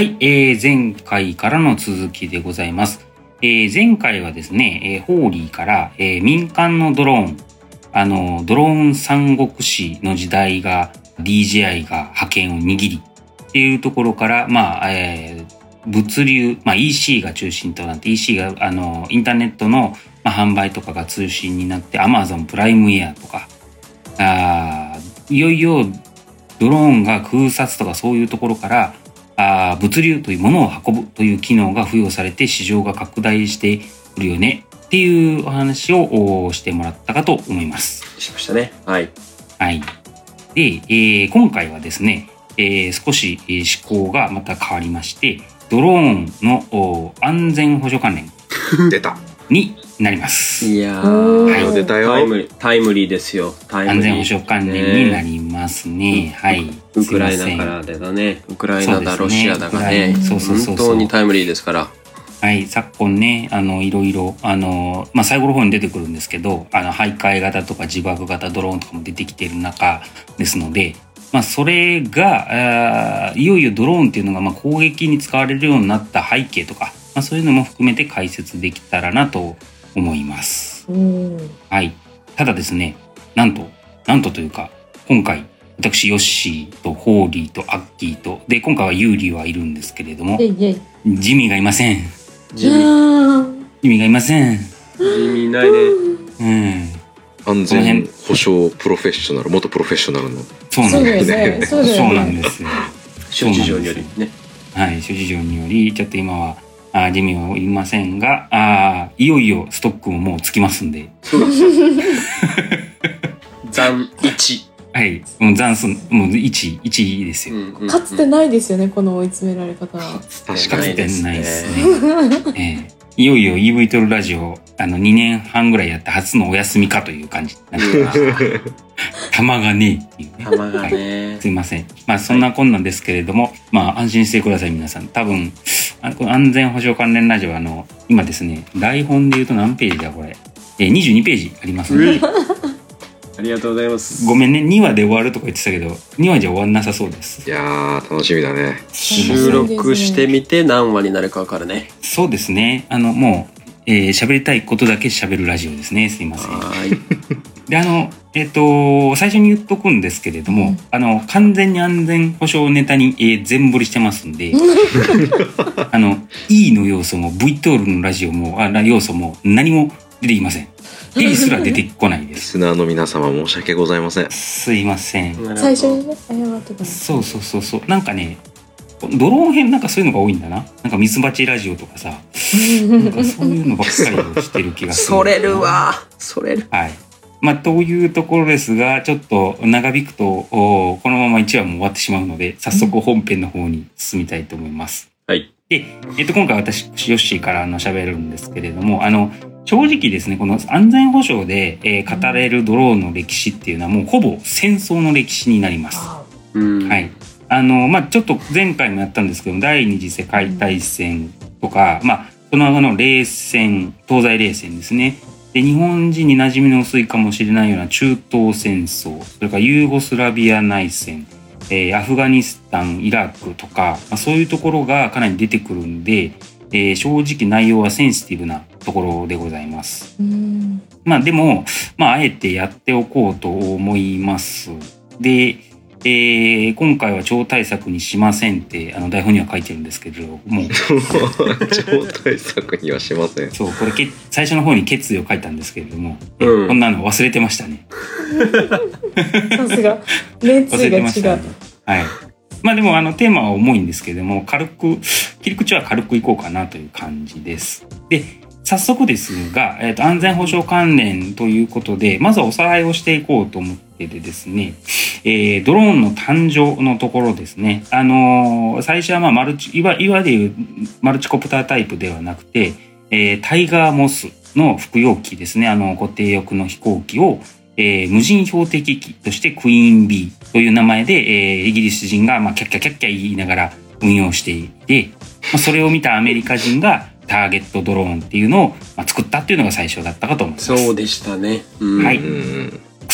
はい、前回からの続きでございます。前回はですね、ホーリーから、民間のドローン、ドローン三国志の時代が DJI が覇権を握りっていうところから、物流、EC が中心となって EC がインターネットの、販売とかが中心になって Amazon プライムエアとかいよいよドローンが空撮とかそういうところから物流というものを運ぶという機能が付与されて市場が拡大してくるよねっていうお話をしてもらったかと思います。 しましたね。はい。 はい。で、今回はですね、少し思考がまた変わりまして、ドローンの安全保障関連出たになります。 いやー、 はい、出たよ。 タイムリーですよ。 安全保障関連になりますね。はい。 ウクライナからだね。ウクライナだ、ロシアだがね。 そう本当にタイムリーですから。 はい、昨今ね、いろいろ、最後の方に出てくるんですけど、徘徊型とか自爆型ドローンとかも出てきている中ですので、それが、いよいよドローンっていうのが、攻撃に使われるようになった背景とか、そういうのも含めて解説できたらなと思います。はい。ただですね、なんとというか、今回、私、ヨッシーとホーリーとアッキーと、で、今回はユーリはいるんですけれども、ジミーがいません。 ジミーがいません。 ジミーいないね。 安全保障プロフェッショナル、元プロフェッショナルの。 そうなんですね。そうなんですよ。 諸事情によりね。 はい、諸事情により、ちょっと今は、ジミーはいませんが、いよいよストックももうつきますんで。 そうです。残1。 はい、もう残数、もう1ですよ。 かつてないですよね、この追い詰められ方は。 かつてないですね。いよいよ EV トルラジオ、2年半ぐらいやって初のお休みかという感じになってました。玉がねえっていうね。 玉がね、 すいません。そんなこんなんですけれども、安心してください皆さん。多分、この安全保障関連ラジオは今ですね、台本で言うと何ページだこれ。22ページありますので。 ありがとうございます。 ごめんね、2話で終わるとか言ってたけど、2話じゃ終わんなさそうです。 いやー、楽しみだね。 収録してみて何話になるか分かるね。 そうですね。もう、喋りたいことだけ喋るラジオですね。すいません。 はい。 で、最初に言っとくんですけれども、完全に安全保障ネタに、全振りしてますんで、E の要素も V トールのラジオも、要素も何も出てきません。E すら出てこないです。 リスナーの皆様申し訳ございません。 すいません。 最初にね、謝ってた。 そう。なんかね、ドローン編なんかそういうのが多いんだな。なんかミツバチラジオとかさ、なんかそういうのばっかりをしてる気がする。 それるわ。 はい。というところですが、ちょっと長引くと、このまま1話も終わってしまうので、早速本編の方に進みたいと思います。 はい。 で、今回私、ヨッシーから喋るんですけれども、正直ですね、この安全保障で、語れるドローンの歴史っていうのはもうほぼ戦争の歴史になります。はい。ちょっと前回もやったんですけど、第二次世界大戦とか、その後の冷戦、東西冷戦ですね。で、日本人に馴染みの薄いかもしれないような中東戦争、それからユーゴスラビア内戦、アフガニスタン、イラクとか、そういうところがかなり出てくるんで、正直内容はセンシティブなところでございます。でも、あえてやっておこうと思います。で、今回は超大作にしませんって台本には書いてるんですけどもう超大作にはしません。 そう、これ最初の方に決意を書いたんですけれども、こんなの忘れてましたね。 さすが熱意が違う。 はい。でもテーマは重いんですけれども、切り口は軽くいこうかなという感じです。で、早速ですが、安全保障関連ということで、まずはおさらいをしていこうと思ってでですね、ドローンの誕生のところですね。最初はいわゆるマルチコプタータイプではなくて、タイガーモスの服用機ですね。固定翼の飛行機を、無人標的機としてクイーン B という名前で、イギリス人がキャッキャキャッキャ言いながら運用していて、それを見たアメリカ人がターゲットドローンっていうのを作ったっていうのが最初だったかと思います。 そうでしたね。 はい。ク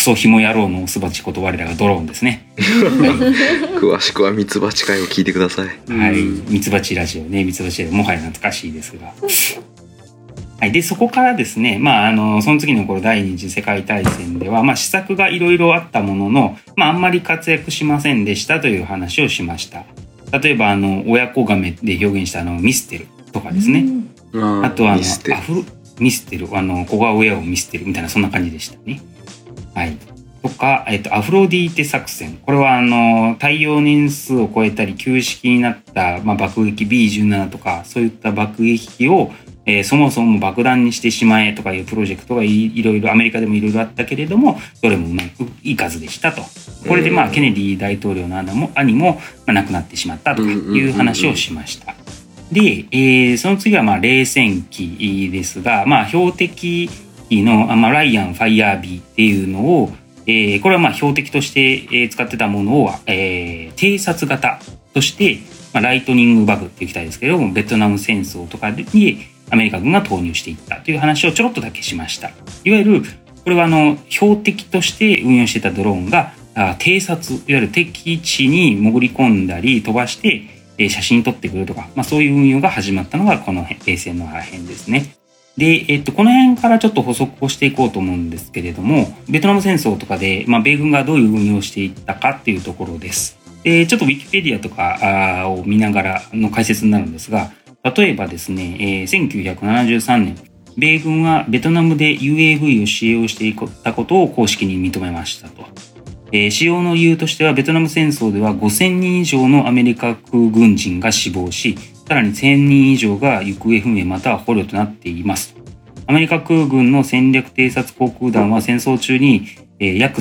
ソヒモ野郎のオスバチこと我らがドローンですね。 詳しくはミツバチ会を聞いてください。 はい、ミツバチラジオね、ミツバチラジオもはや懐かしいですが。はい、でそこからですね、その次の頃第二次世界大戦では、施策がいろいろあったものの、あんまり活躍しませんでしたという話をしました。例えば親子亀で表現したミステルとかですね。あとはミステルミステル子が親を見捨てるみたいなそんな感じでしたね。はい。とか、アフロディーテ作戦。これは耐用年数を超えたり旧式になった、爆撃 B17 とかそういった爆撃機をそもそも爆弾にしてしまえとかいうプロジェクトがいろいろアメリカでもいろいろあったけれども、どれもうまくいかずでしたと。これでケネディ大統領の兄も亡くなってしまったという話をしました。で、その次は冷戦期ですが、標的機のライアンファイヤービーっていうのを、これは標的として使ってたものを、偵察型として、ライトニングバグっていう機体ですけれども、ベトナム戦争とかにアメリカ軍が投入していったという話をちょろっとだけしました。いわゆるこれは標的として運用していたドローンが偵察、いわゆる敵地に潜り込んだり飛ばして写真撮ってくるとか、そういう運用が始まったのがこの冷戦の辺ですね。で、この辺からちょっと補足をしていこうと思うんですけれども、ベトナム戦争とかで、米軍がどういう運用をしていったかっていうところです。ちょっとウィキペディアとかを見ながらの解説になるんですが、例えばですね、1973年、米軍はベトナムで UAV を使用していたことを公式に認めましたと。使用の理由としては、ベトナム戦争では5000人以上のアメリカ空軍人が死亡し、さらに1000人以上が行方不明または捕虜となっています。アメリカ空軍の戦略偵察航空団は戦争中に約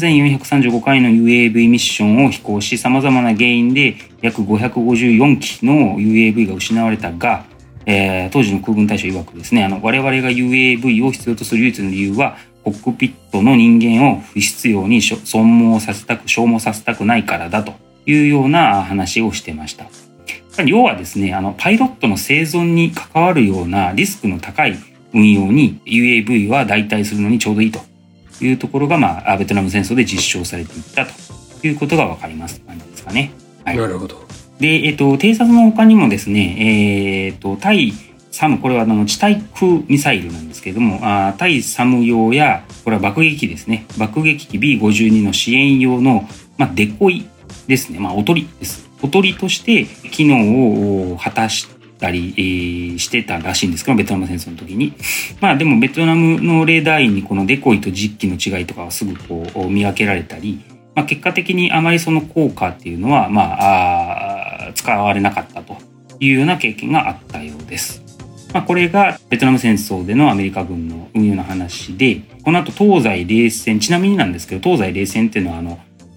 3435回の UAV ミッションを飛行し、様々な原因で約554機の UAV が失われたが、当時の空軍大将曰くですね、我々が UAV を必要とする唯一の理由は、コックピットの人間を不必要に消耗させたくないからだというような話をしていました。要はですね、パイロットの生存に関わるようなリスクの高い運用に UAV は代替するのにちょうどいいというところが、ベトナム戦争で実証されていったということがわかります感じですかね。はい、 なるほど。 で、偵察の他にもですね、対サム、これは地対空ミサイルなんですけれども、対サム用や、これは爆撃機ですね。爆撃機 B52 の支援用の、デコイですね。おとりです。おとりとして機能を果たしたり、してたらしいんですけど、ベトナム戦争の時に。でもベトナムのレーダー員にこのデコイと実機の違いとかはすぐ見分けられたり、結果的にあまりその効果っていうのは、使われなかったというような経験があったようです。これがベトナム戦争でのアメリカ軍の運用の話で、この後東西冷戦、ちなみになんですけど、東西冷戦っていうのは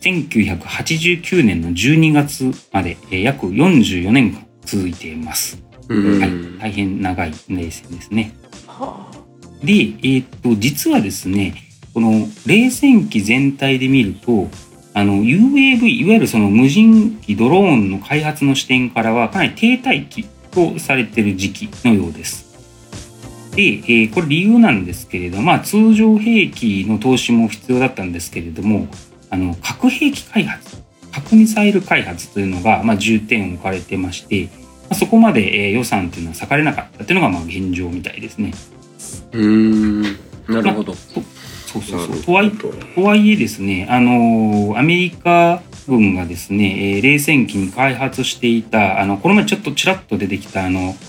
1989年の12月まで約44年間続いています。はい、大変長い冷戦ですね。で、実はですね、この冷戦期全体で見ると、UAV、いわゆるその無人機ドローンの開発の視点からはかなり停滞期とされている時期のようです。で、これ理由なんですけれども、通常兵器の投資も必要だったんですけれども、核兵器開発、核ミサイル開発というのが、重点を置かれてまして、そこまで、予算というのは割かれなかったというのが現状みたいですね。 なるほど。 とはいえですね、アメリカ軍がですね、冷戦期に開発していた、この前ちょっとちらっと出てきた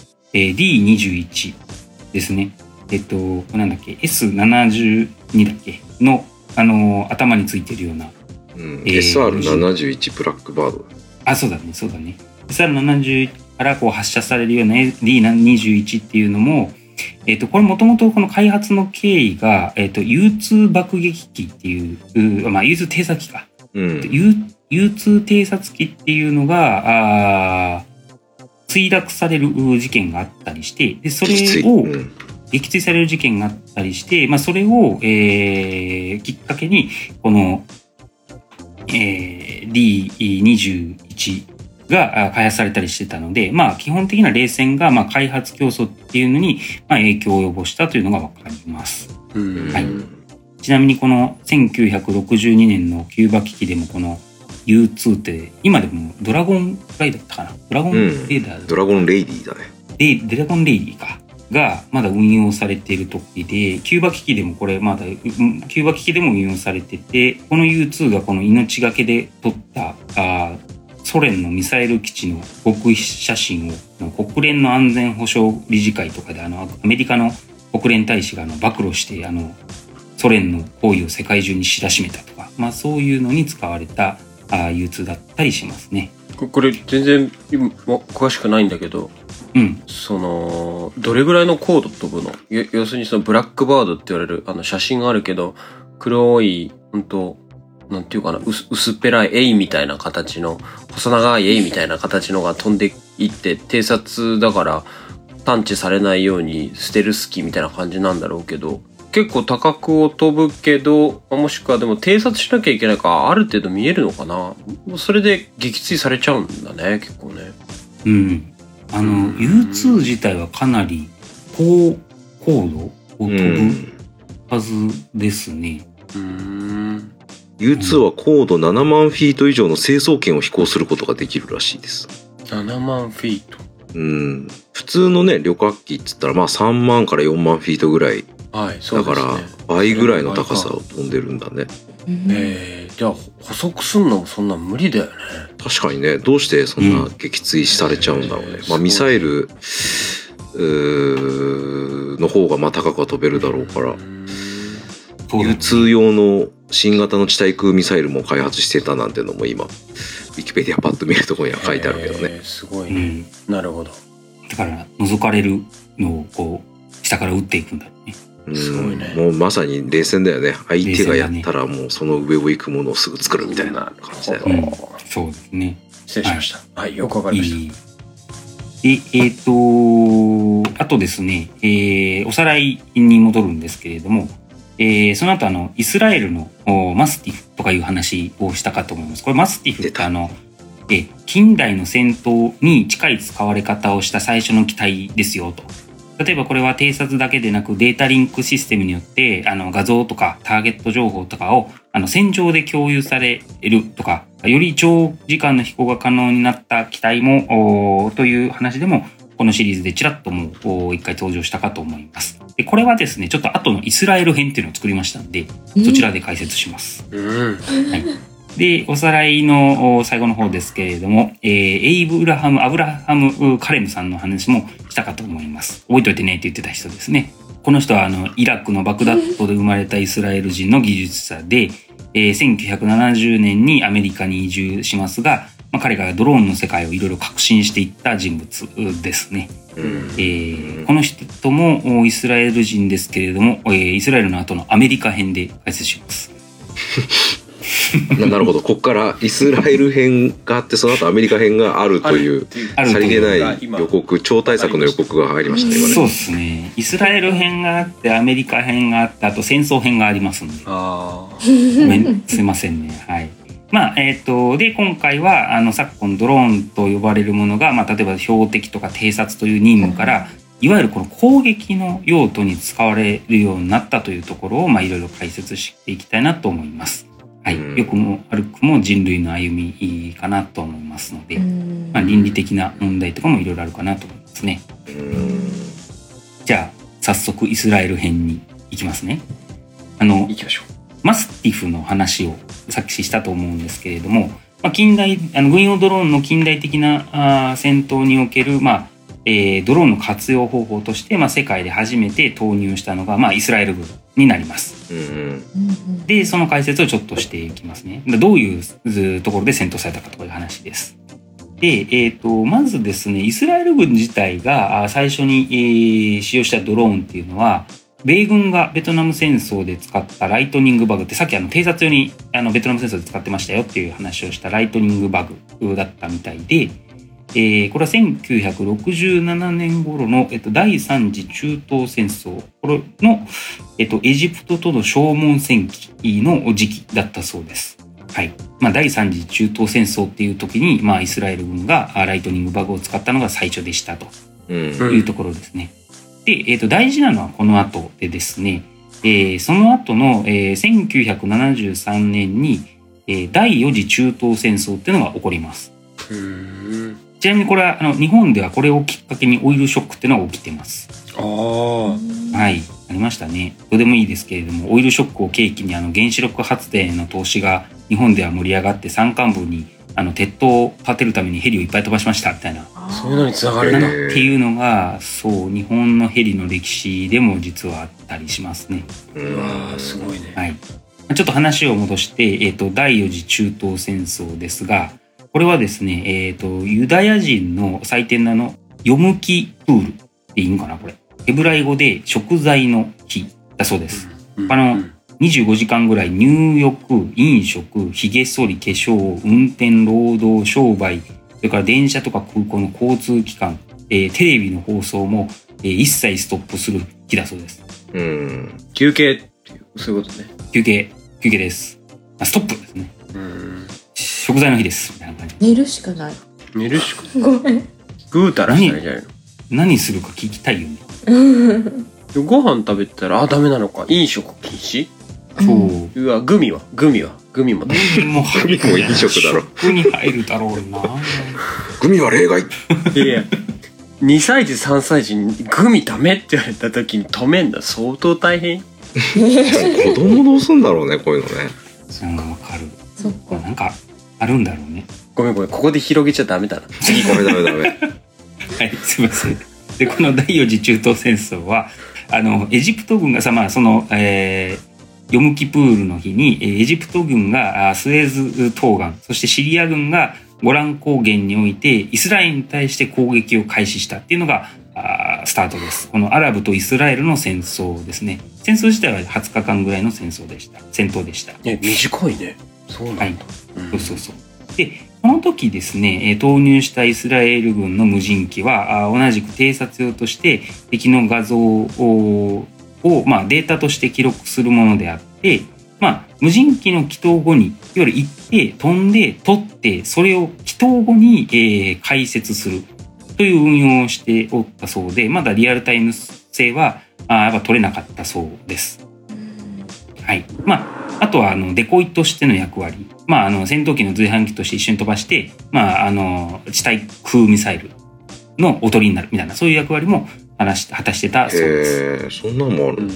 D21 ですね。なんだっけ、S72 だっけの、頭についてるような。 SR71 ブラックバード。 そうだね。SR71 から発射されるような D21 っていうのも、これもともとこの開発の経緯が、U2 爆撃機っていう、U2 偵察機か。U2 偵察機っていうのが、墜落される事件があったりして、でそれを、撃墜される事件があったりして、それを、きっかけに、この、D21 が開発されたりしてたので、基本的な冷戦が開発競争っていうのに影響を及ぼしたというのが分かります。はい、 ちなみにこの1962年のキューバ危機でもこの U2 って今でもドラゴンライダーだったかな、ドラゴンレーダー、 ドラゴンレイディーだね。 ドラゴンレイディーかがまだ運用されている時で、キューバ危機でもこれまだキューバ危機でも運用されてて、この U2 がこの命がけで撮ったソ連のミサイル基地の極秘写真を国連の安全保障理事会とかでアメリカの国連大使が暴露してソ連の行為を世界中に知らしめたとか、まあそういうのに使われたU2 だったりしますね。 これ全然今詳しくないんだけど、そのどれぐらいの高度飛ぶの？要するにそのブラックバードって言われる写真があるけど、黒いなんていうかな、薄っぺらいエイみたいな形の、細長いエイみたいな形のが飛んでいって、偵察だから探知されないようにステルス機みたいな感じなんだろうけど、結構高くを飛ぶけど、もしくはでも偵察しなきゃいけないからある程度見えるのかな。それで撃墜されちゃうんだね、結構ね。 U2 自体はかなり高度を飛ぶはずですね。 U2 は高度7万フィート以上の成層圏を飛行することができるらしいです。 7万フィート。 普通のね旅客機っつったらまあ3万から4万フィートぐらい、 はい、そうですね、 だから倍ぐらいの高さを飛んでるんだね。 じゃあ補足すんのもそんな無理だよね。 確かにね、どうしてそんな撃墜されちゃうんだろうね。まあミサイルの方がまあ高くは飛べるだろうから、U2 用の新型の地対空ミサイルも開発してたなんてのも今ウィキペディアパッと見るところには書いてあるけどね。 すごいね、なるほど。 だから覗かれるのをこう下から撃っていくんだね。 すごいね。 もうまさに冷戦だよね。相手がやったらもうその上を行くものをすぐ作るみたいな感じだよね。 そうですね。 失礼しました。はい、よくわかりました。 で、あとですね、おさらいに戻るんですけれども、その後イスラエルのマスティフとかいう話をしたかと思います。これマスティフって近代の戦闘に近い使われ方をした最初の機体ですよと。例えばこれは偵察だけでなくデータリンクシステムによって画像とかターゲット情報とかを戦場で共有されるとか、より長時間の飛行が可能になった機体もという話でもこのシリーズでちらっともう一回登場したかと思います。でこれはですねちょっと後のイスラエル編っていうのを作りましたので、そちらで解説します。はい、でおさらいの最後の方ですけれども、アブラハム・カレムさんの話もしたかと思います。覚えておいてねって言ってた人ですね。この人はイラクのバグダッドで生まれたイスラエル人の技術者で、1970年にアメリカに移住しますが、彼がドローンの世界をいろいろ革新していった人物ですね。この人もイスラエル人ですけれども、イスラエルの後のアメリカ編で解説します。 なるほど。ここからイスラエル編があって、その後アメリカ編があるというさりげない予告、超大作の予告が入りましたね。今ね。 そうですね。イスラエル編があってアメリカ編があって、あと戦争編がありますので、すいませんね。はい。で今回は昨今ドローンと呼ばれるものが、例えば標的とか偵察という任務からいわゆるこの攻撃の用途に使われるようになったというところをいろいろ解説していきたいなと思います。はい、良くも悪くも人類の歩みかなと思いますので、倫理的な問題とかもいろいろあるかなと思いますね。じゃあ早速イスラエル編に行きますね。 行きましょう。 マスティフの話をさっきしたと思うんですけれども、近代軍用ドローンの近代的な戦闘における、ドローンの活用方法として、世界で初めて投入したのが、イスラエル軍になります。でその解説をちょっとしていきますね。どういうところで戦闘されたかという話です。で、まずですね、イスラエル軍自体が最初に、使用したドローンっていうのは、米軍がベトナム戦争で使ったライトニングバグって、さっき偵察用にベトナム戦争で使ってましたよっていう話をしたライトニングバグだったみたいで、これは1967年頃の、第3次中東戦争これの、エジプトとの消耗戦期の時期だったそうです。はい。第3次中東戦争っていう時に、イスラエル軍がライトニングバグを使ったのが最初でしたというところですね。で、大事なのはこの後でですね、 その後の、1973年に、第4次中東戦争っていうのが起こります。ちなみにこれは日本ではこれをきっかけにオイルショックっていうのが起きてます。はい、ありましたね。どうでもいいですけれども、オイルショックを契機に原子力発電の投資が日本では盛り上がって、山間部に鉄塔を建てるためにヘリをいっぱい飛ばしましたみたいな、 そういうのにつながるんだっていうのが、そう日本のヘリの歴史でも実はあったりしますね。 うわすごいね。 はい、ちょっと話を戻して、第4次中東戦争ですが、これはですね、ユダヤ人の祭典のヨムキプールっていいのかな、これヘブライ語で食材の日だそうです。25時間ぐらい入浴、飲食、髭剃り、化粧、運転、労働、商売、それから電車とか空港の交通機関、テレビの放送も、一切ストップする日だそうです。 休憩っていう、そういうことね。 休憩です。ストップですね。食材の日ですみたいな感じ。 寝るしかない。 寝るしかない。 ごめん。 ぐうたらしたらいいんじゃないの。 何するか聞きたいよね。 ご飯食べたらダメなのか。飲食禁止。 そう。 うわ、グミもダメ。 グミも飲食だろ。 食に入るだろうな。 グミは例外。 いや2歳児3歳児にグミダメって言われた時に止めんだ相当大変。 子供どうすんだろうね、こういうのね。 わかる。 そっか。 なんかあるんだろうね。 ごめんここで広げちゃダメだな。 次ダメ。 はい、すいません。でこの第4次中東戦争はエジプト軍がその、ヨムキプールの日にエジプト軍がスエズ東岸、そしてシリア軍がゴラン高原においてイスラエルに対して攻撃を開始したっていうのがスタートです。このアラブとイスラエルの戦争ですね。戦争自体は20日間ぐらいの戦闘でした。 短いね。そうなんだ。はい、 そう。でこの時ですね、投入したイスラエル軍の無人機は同じく偵察用として敵の画像をデータとして記録するものであって、無人機の帰投後にいわゆる行って飛んで撮ってそれを帰投後に、解説するという運用をしておったそうで、まだリアルタイム性はやっぱ取れなかったそうです。はい。あとはデコイとしての役割、戦闘機の随伴機として一緒に飛ばして、地対空ミサイルのおとりになるみたいな、そういう役割も果たしてたそうです。 そんなのもある。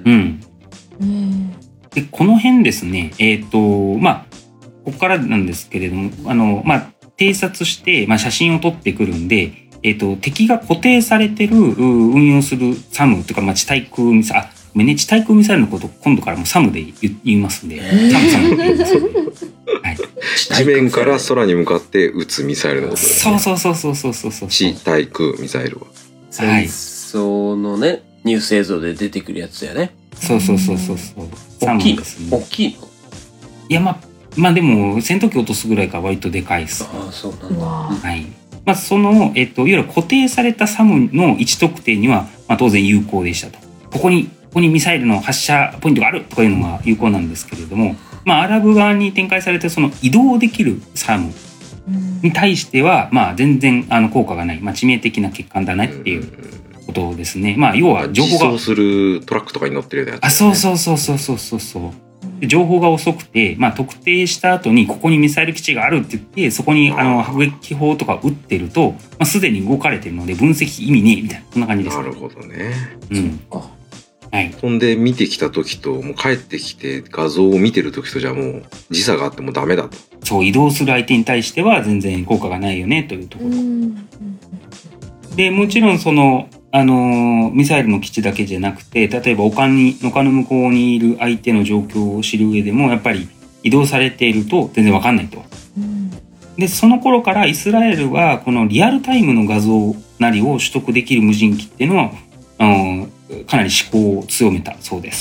でこの辺ですね、ここからなんですけれども、偵察して、写真を撮ってくるんで、敵が固定されてる運用するサムというか、地対空ミサイル、地対空ミサイルのこと今度からもサムで言いますんで、サムって言いますんで、はい、 地面から空に向かって撃つミサイルのことですね。 そう。 地対空ミサイルは。 戦争のね、ニュース映像で出てくるやつだよね。 そう。 大きいの？大きいの？ いやでも戦闘機落とすぐらいから割とでかいです。 そうなんだ。 はい。そのいわゆる固定されたサムの位置特定には当然有効でしたと。ここにミサイルの発射ポイントがあるとかいうのが有効なんですけれども、アラブ側に展開されてその移動できるサムに対しては全然効果がない、致命的な欠陥だねっていうことですね。要は情報が自走するトラックとかに乗ってるやつ、ね。 そう。情報が遅くて、特定した後にここにミサイル基地があるって言ってそこに迫撃砲とか撃ってると、すでに動かれてるので分析意味ねえみたいな、そんな感じです。 なるほどね。 はい、 飛んで見てきた時ともう帰ってきて画像を見てる時とじゃもう時差があってもダメだと。 そう、移動する相手に対しては全然効果がないよねというところで、もちろんそのミサイルの基地だけじゃなくて、例えば丘の向こうにいる相手の状況を知る上でもやっぱり移動されていると全然分かんないと。でその頃からイスラエルはこのリアルタイムの画像なりを取得できる無人機っていうのはかなり思考を強めたそうです。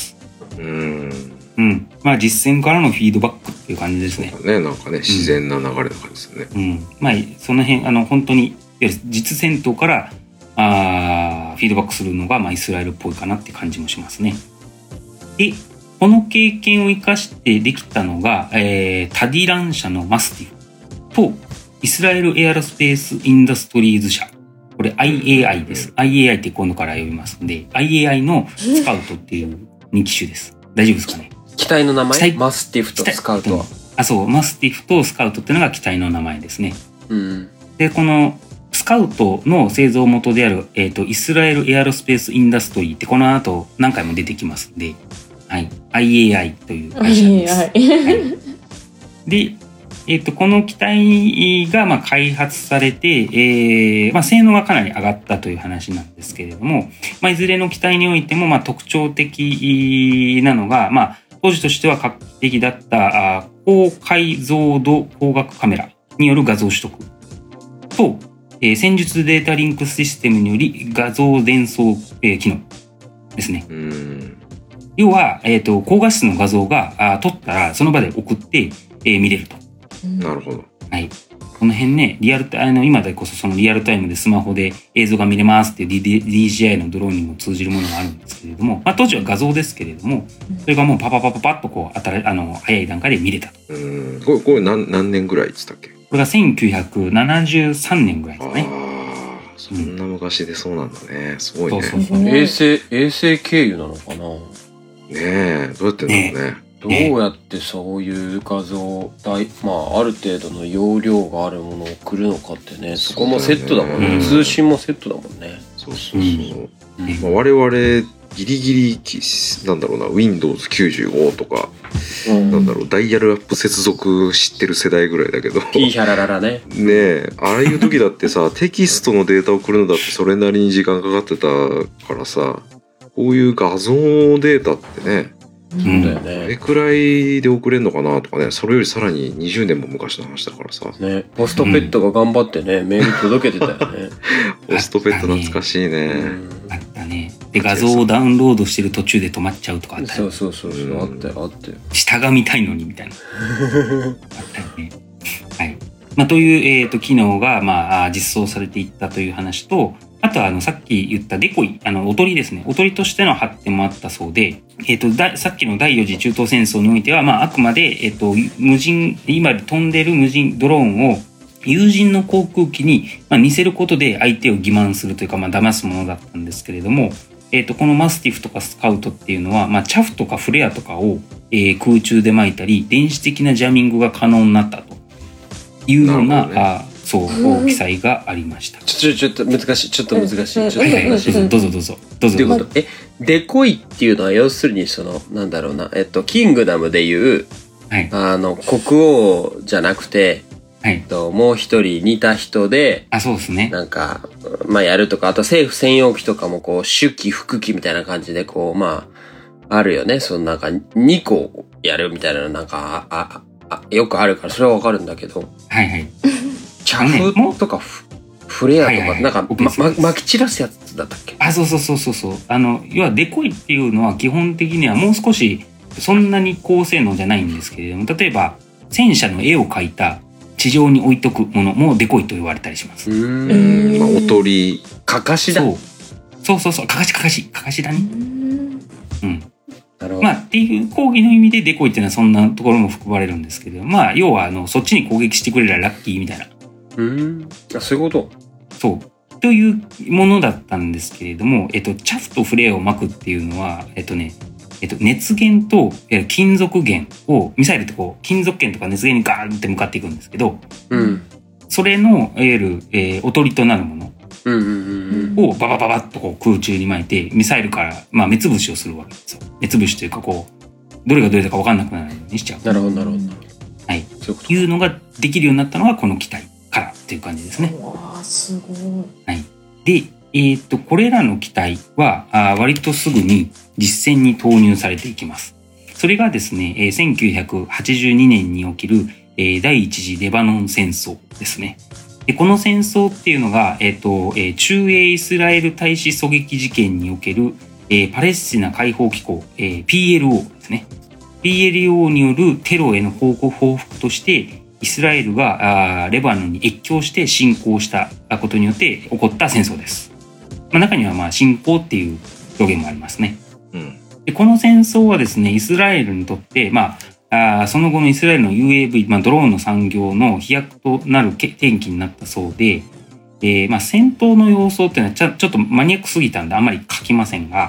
実戦からのフィードバックっていう感じですね。 そうだね、なんかね、自然な流れの感じですね。 その辺本当に実戦闘からフィードバックするのがイスラエルっぽいかなって感じもしますね。でこの経験を生かしてできたのが、タディラン社のマスティフとイスラエルエアロスペースインダストリーズ社、これ IAI です。IAI って今度から呼びますので、IAI のスカウトっていう 2機種です。大丈夫ですかね。 機体の名前？マスティフとスカウトは。 そう、マスティフとスカウトっていうのが機体の名前ですね。 うん。 で、このスカウトの製造元である、イスラエルエアロスペースインダストリーってこの後何回も出てきますんで、はい、IAI という会社です。はい、で、この機体が開発されて、性能がかなり上がったという話なんですけれども、いずれの機体においても特徴的なのが、当時としては画期的だった高解像度光学カメラによる画像取得と、戦術データリンクシステムにより画像伝送、機能ですね。要は、高画質の画像が撮ったらその場で送って、見れると。 なるほど。 はい。この辺ね、今でこそそのリアルタイムでスマホで映像が見れますっていう DJI のドローンにも通じるものがあるんですけれども、当時は画像ですけれども、それがもうパパッとこう早い段階で見れたと。 これ何年ぐらいって言ったっけ？ これが1973年ぐらいですね。 そんな昔でそうなんだね。すごいね。 そう衛星経由なのかな。 ねえ、どうやってんだろうね。 どうやってそういう画像ある程度の容量があるものを送るのかってね、そこもセットだもんね。通信もセットだもんね。 そう。我々ギリギリなんだろうな、Windows 95とか、なんだろう、ダイヤルアップ接続知ってる世代ぐらいだけど、 ピーヒャラララね。 ねえ、ああいう時だってさ、テキストのデータを送るのだってそれなりに時間かかってたからさ、こういう画像データってね、 そうだよね。 どれくらいで送れるのかなとかね、それよりさらに20年も昔の話だからさ。 ね、ポストペットが頑張ってね、メール届けてたよね。 ポストペット懐かしいね。 あったね。で、画像をダウンロードしてる途中で止まっちゃうとかあったよ。 そう、あったよ。 下が見たいのにみたいな。あったよね。はい。という、機能が、実装されていったという話と、あとはさっき言ったデコイ、おとりですね。おとりとしての発展もあったそうで、さっきの第4次中東戦争においては、あくまで、無人、今飛んでる無人ドローンを有人の航空機に、似せることで相手を欺瞞するというか、騙すものだったんですけれども、このマスティフとかスカウトっていうのは、チャフとかフレアとかを、空中で撒いたり、電子的なジャミングが可能になったというような、記載がありました。 ちょっと難しい。どうぞ。 ということ。デコイっていうのは要するになんだろうな、キングダムでいう、はい、国王じゃなくて、はい、もう一人似た人で、 そうですね。 なんか、やるとか、あと政府専用機とかも主機、副機みたいな感じであるよね。なんか2個やるみたいななんか、よくあるから、それはわかるんだけど。 はいはい。 チャフとかフレアとか、なんか、撒き散らすやつだったっけ？ そう。要はデコイっていうのは基本的にはもう少しそんなに高性能じゃないんですけれども、例えば戦車の絵を描いた地上に置いとくものもデコイと言われたりします。 おとり。 かかしだ。 そう。かかしだね。っていう講義の意味でデコイっていうのはそんなところも含まれるんですけど、要はそっちに攻撃してくれたらラッキーみたいな。 そういうこと。 そうというものだったんですけれども、チャフとフレアを巻くっていうのは熱源と金属源をミサイルって金属源とか熱源にガーンって向かっていくんですけど、それのいわゆる、おとりとなるものをババババッと空中に巻いてミサイルから目つぶしをするわけですよ。目つぶしというかどれがどれだか分かんなくなるようにしちゃう。 なるほど。 はい。いうのができるようになったのがこの機体からっていう感じですね。 わあ、すごい。 はい。で、これらの機体は割とすぐに実戦に投入されていきます。それがですね、1982年に起きる、第一次レバノン戦争ですね。で、この戦争っていうのが、駐英イスラエル大使狙撃事件における、パレスチナ解放機構、PLO ですね。PLO によるテロへの報復として、イスラエルがレバノンに越境して侵攻したことによって起こった戦争です。中には侵攻っていう表現もありますね。でこの戦争はですね、イスラエルにとって、その後のイスラエルの UAV、ドローンの産業の飛躍となる転機になったそうで、戦闘の様相っていうのはちょっとマニアックすぎたんであんまり書きませんが、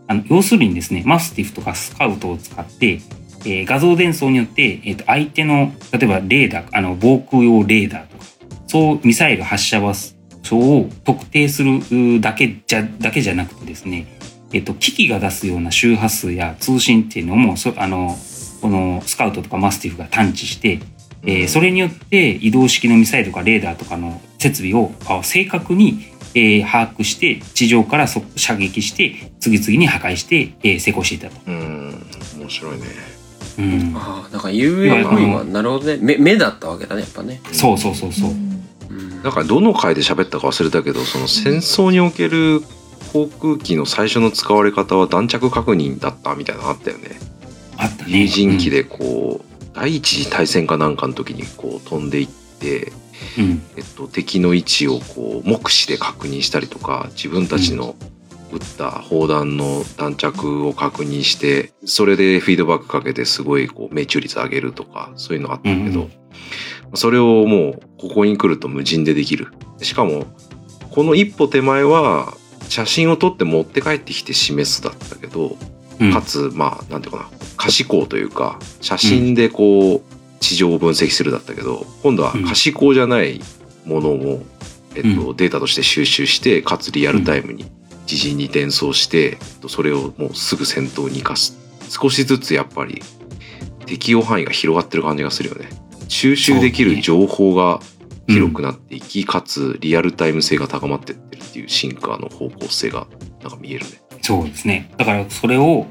要するにですね、マスティフとかスカウトを使って、画像伝送によって、相手の例えばレーダー、防空用レーダーとか、そうミサイル発射場所を特定するだけじゃなくてですね、機器が出すような周波数や通信っていうのもこのスカウトとかマスティフが探知して、それによって移動式のミサイルとかレーダーとかの設備を正確に把握して地上から射撃して次々に破壊して成功していたと。 面白いね。 だから UAV はなるほどね、目だったわけだね、やっぱね。 そう。 だからどの回で喋ったか忘れたけど、その戦争における航空機の最初の使われ方は弾着確認だったみたいなのあったよね。 あったね。 有人機でこう、第一次大戦かなんかの時にこう飛んでいって、敵の位置をこう目視で確認したりとか、自分たちの撃った砲弾の弾着を確認して、それでフィードバックかけてすごいこう命中率上げるとか、そういうのあったけど、それをもうここに来ると無人でできる。しかもこの一歩手前は写真を撮って持って帰ってきて示すだったけど、かつなんていうかな、可視光というか写真でこう地上を分析するだったけど、今度は可視光じゃないものを、データとして収集して、かつリアルタイムに自陣に伝送して、それをもうすぐ戦闘に生かす。少しずつやっぱり適用範囲が広がってる感じがするよね。収集できる情報が広くなっていき、かつリアルタイム性が高まっていってるっていう進化の方向性がなんか見えるね。 そうですね。だからそれを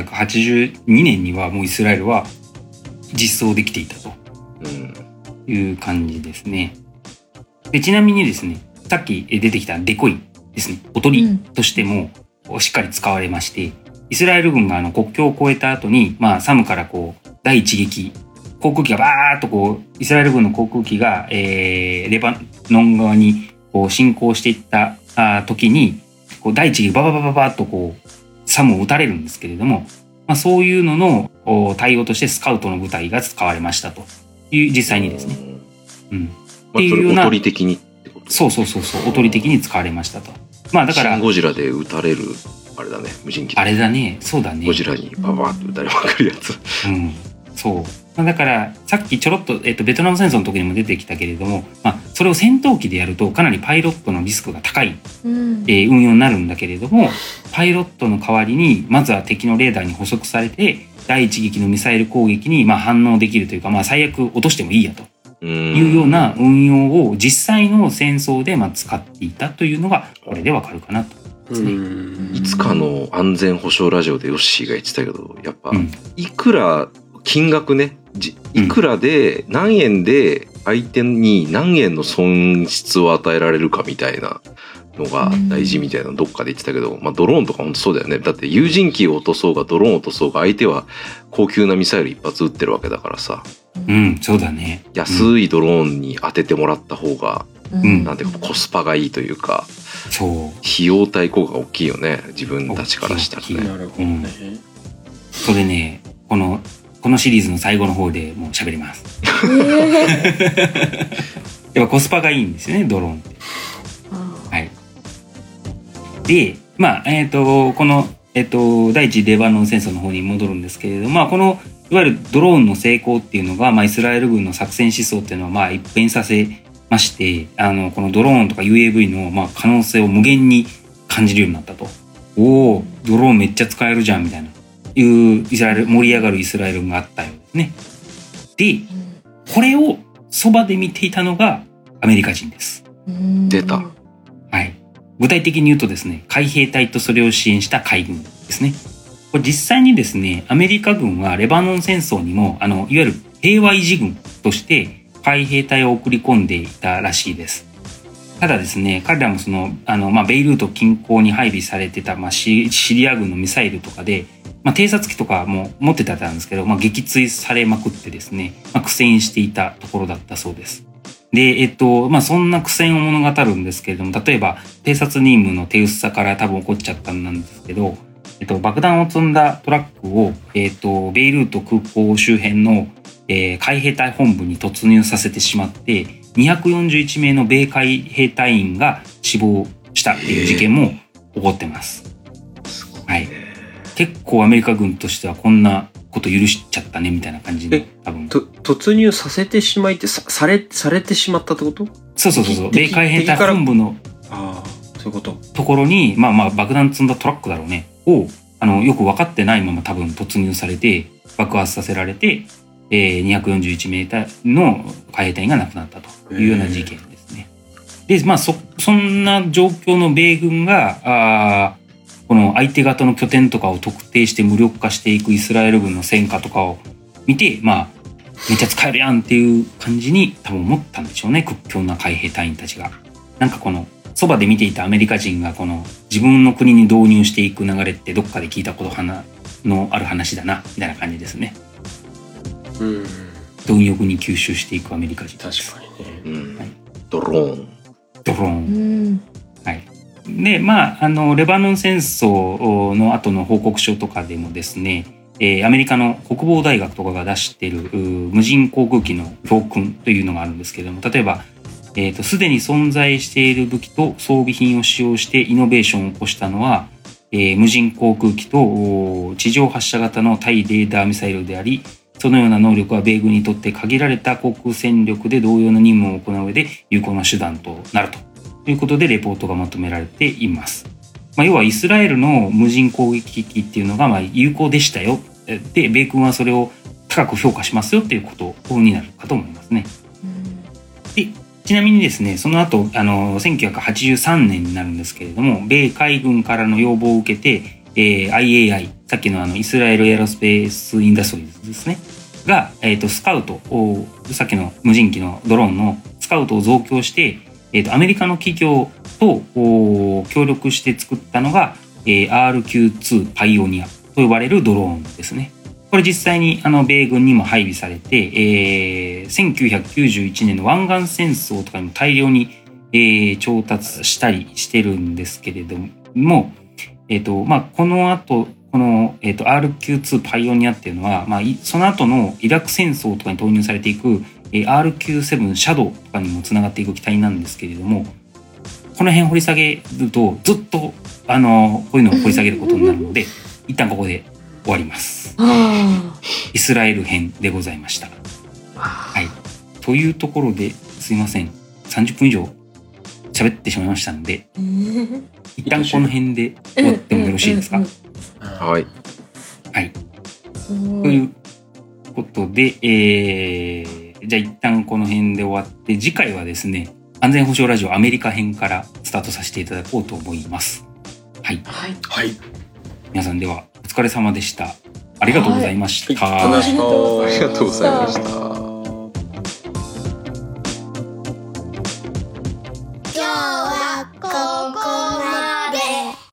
1982年にはもうイスラエルは実装できていたという感じですね。でちなみにですね、さっき出てきたデコイですね、おとりとしてもしっかり使われまして、イスラエル軍が国境を越えた後に、サムからこう第一撃航空機がバーッとこうイスラエル軍の航空機が、レバノン側にこう進行していった時にこう第一撃バッとこうサムを撃たれるんですけれども、そういうのの対応としてスカウトの部隊が使われましたという実際にですね。 っていうようなおとり的にってこと。 そうおとり的に使われましたと。だからシンゴジラで撃たれるあれだね、無人機。 あれだね、そうだね。 ゴジラにババーって撃たれまくるやつ。 そう。だからさっきちょろっと、ベトナム戦争の時にも出てきたけれども、それを戦闘機でやるとかなりパイロットのリスクが高い、運用になるんだけれども、パイロットの代わりにまずは敵のレーダーに捕捉されて第一撃のミサイル攻撃に反応できるというか、最悪落としてもいいやというような運用を実際の戦争で使っていたというのがこれでわかるかなと。 いつかの安全保障ラジオでヨッシーが言ってたけど、やっぱいくら金額ね、いくらで何円で相手に何円の損失を与えられるかみたいなのが大事みたいなどっかで言ってたけど、ドローンとか本当そうだよね。だって有人機を落とそうがドローンを落とそうが相手は高級なミサイル一発撃ってるわけだからさ。 そうだね。 安いドローンに当ててもらった方が、なんていうかコスパがいいというか、費用対効果が大きいよね、自分たちからしたらね。 なるほどね。 それね、このシリーズの最後の方でもう喋ります。やっぱコスパがいいんですよね、ドローンって。はい。で、この第一次レバノン戦争の方に戻るんですけれども、このいわゆるドローンの成功っていうのが、イスラエル軍の作戦思想っていうのは一変させまして、このドローンとか UAV の可能性を無限に感じるようになったと。おお、ドローンめっちゃ使えるじゃんみたいないう盛り上がるイスラエル軍があったようですね。で、これをそばで見ていたのがアメリカ人です。 出た。 はい。具体的に言うとですね、海兵隊とそれを支援した海軍ですね。これ実際にですね、アメリカ軍はレバノン戦争にもいわゆる平和維持軍として海兵隊を送り込んでいたらしいです。ただですね、彼らもベイルート近郊に配備されてた、シリア軍のミサイルとかで、偵察機とかも持ってたんですけど、撃墜されまくってですね、苦戦していたところだったそうです。で、そんな苦戦を物語るんですけれども、例えば偵察任務の手薄さから多分起こっちゃったんですけど、爆弾を積んだトラックを、ベイルート空港周辺の、海兵隊本部に突入させてしまって、241名の米海兵隊員が死亡したっていう事件も起こってます。はい。 結構アメリカ軍としてはこんなこと許しちゃったねみたいな感じで多分突入させてしまいってされてしまったってこと？ そう。米海兵隊本部のそういうことところに爆弾積んだトラックだろうねをよく分かってないまま多分突入されて爆発させられて、241名の海兵隊が亡くなったというような事件ですね。でそんな状況の米軍がこの相手方の拠点とかを特定して無力化していくイスラエル軍の戦果とかを見てめっちゃ使えるやんっていう感じに多分思ったんでしょうね、屈強な海兵隊員たちが。なんかこのそばで見ていたアメリカ人がこの自分の国に導入していく流れってどっかで聞いたことのある話だなみたいな感じですね。貪欲に吸収していくアメリカ人。 確かにね。 はい、 ドローン。 はい。でレバノン戦争の後の報告書とかでもですね、アメリカの国防大学とかが出している無人航空機の教訓というのがあるんですけれども、例えばすでに存在している武器と装備品を使用してイノベーションを起こしたのは、無人航空機と地上発射型の対レーダーミサイルであり、そのような能力は米軍にとって限られた航空戦力で同様の任務を行う上で有効な手段となるということでレポートがまとめられています。要はイスラエルの無人攻撃機っていうのが有効でしたよ。で、米軍はそれを高く評価しますよっていうことになるかと思いますね。でちなみにですね、その後1983年になるんですけれども、米海軍からの要望を受けて、IAI、さっきのイスラエルエアロスペースインダストリーズですねが、スカウトを、さっきの無人機のドローンのスカウトを増強して、アメリカの企業と協力して作ったのが、RQ-2 パイオニアと呼ばれるドローンですね。これ実際に米軍にも配備されて、1991年の湾岸戦争とかにも大量に、調達したりしてるんですけれども、この後この、RQ-2 パイオニアっていうのは、その後のイラク戦争とかに投入されていく、RQ-7 シャドウとかにもつながっていく機体なんですけれども、この辺掘り下げるとずっとこういうのを掘り下げることになるので一旦ここで終わります。イスラエル編でございました。はい。というところですいません。30分以上喋ってしまいましたので、一旦この辺で終わってもよろしいですか？ はい。 はい。ということで、じゃあ一旦この辺で終わって、次回はですね、安全保障ラジオアメリカ編からスタートさせていただこうと思います。はい。 はい。 皆さんではお疲れ様でした。ありがとうございました。 ありがとうございました。 ありがとうございました。